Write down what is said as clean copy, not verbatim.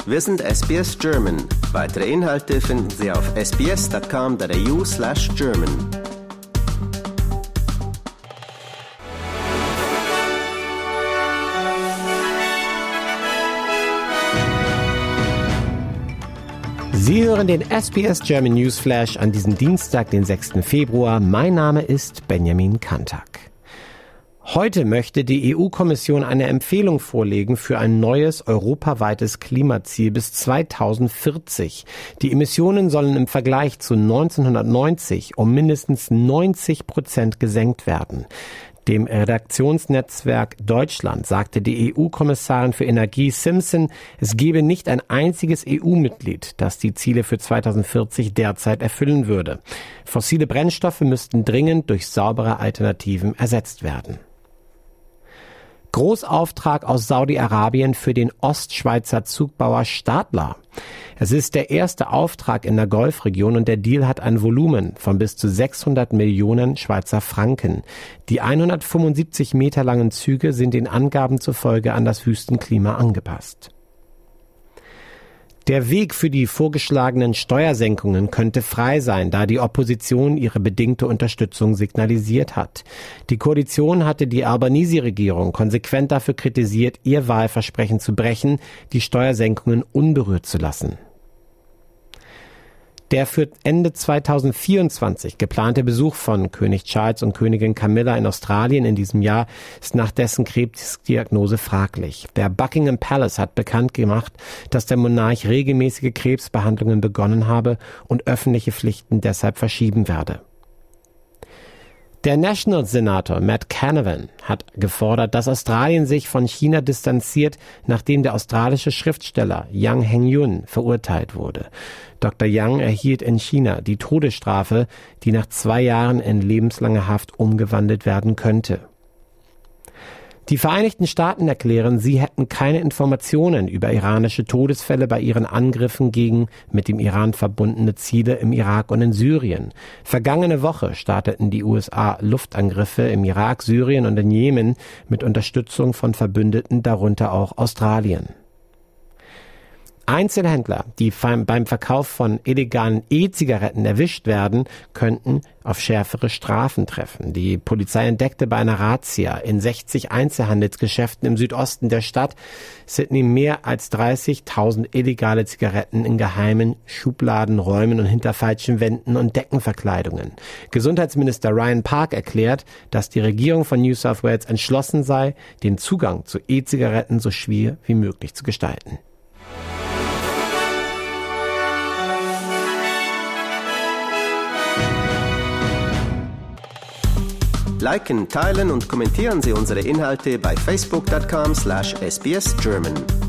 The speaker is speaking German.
Wir sind SBS German. Weitere Inhalte finden Sie auf sbs.com.au/German. Sie hören den SBS German Newsflash an diesem Dienstag, den 6. Februar. Mein Name ist Benjamin Kantak. Heute möchte die EU-Kommission eine Empfehlung vorlegen für ein neues europaweites Klimaziel bis 2040. Die Emissionen sollen im Vergleich zu 1990 um mindestens 90% gesenkt werden. Dem Redaktionsnetzwerk Deutschland sagte die EU-Kommissarin für Energie Simpson, es gebe nicht ein einziges EU-Mitglied, das die Ziele für 2040 derzeit erfüllen würde. Fossile Brennstoffe müssten dringend durch saubere Alternativen ersetzt werden. Großauftrag aus Saudi-Arabien für den Ostschweizer Zugbauer Stadler. Es ist der erste Auftrag in der Golfregion und der Deal hat ein Volumen von bis zu 600 Millionen Schweizer Franken. Die 175 Meter langen Züge sind den Angaben zufolge an das Wüstenklima angepasst. Der Weg für die vorgeschlagenen Steuersenkungen könnte frei sein, da die Opposition ihre bedingte Unterstützung signalisiert hat. Die Koalition hatte die Albanese-Regierung konsequent dafür kritisiert, ihr Wahlversprechen zu brechen, die Steuersenkungen unberührt zu lassen. Der für Ende 2024 geplante Besuch von König Charles und Königin Camilla in Australien in diesem Jahr ist nach dessen Krebsdiagnose fraglich. Der Buckingham Palace hat bekannt gemacht, dass der Monarch regelmäßige Krebsbehandlungen begonnen habe und öffentliche Pflichten deshalb verschieben werde. Der National-Senator Matt Canavan hat gefordert, dass Australien sich von China distanziert, nachdem der australische Schriftsteller Yang Hengyun verurteilt wurde. Dr. Yang erhielt in China die Todesstrafe, die nach 2 Jahren in lebenslange Haft umgewandelt werden könnte. Die Vereinigten Staaten erklären, sie hätten keine Informationen über iranische Todesfälle bei ihren Angriffen gegen mit dem Iran verbundene Ziele im Irak und in Syrien. Vergangene Woche starteten die USA Luftangriffe im Irak, Syrien und in Jemen mit Unterstützung von Verbündeten, darunter auch Australien. Einzelhändler, die beim Verkauf von illegalen E-Zigaretten erwischt werden, könnten auf schärfere Strafen treffen. Die Polizei entdeckte bei einer Razzia in 60 Einzelhandelsgeschäften im Südosten der Stadt Sydney mehr als 30.000 illegale Zigaretten in geheimen Schubladenräumen und hinter falschen Wänden und Deckenverkleidungen. Gesundheitsminister Ryan Park erklärt, dass die Regierung von New South Wales entschlossen sei, den Zugang zu E-Zigaretten so schwer wie möglich zu gestalten. Liken, teilen und kommentieren Sie unsere Inhalte bei facebook.com/sbsgerman.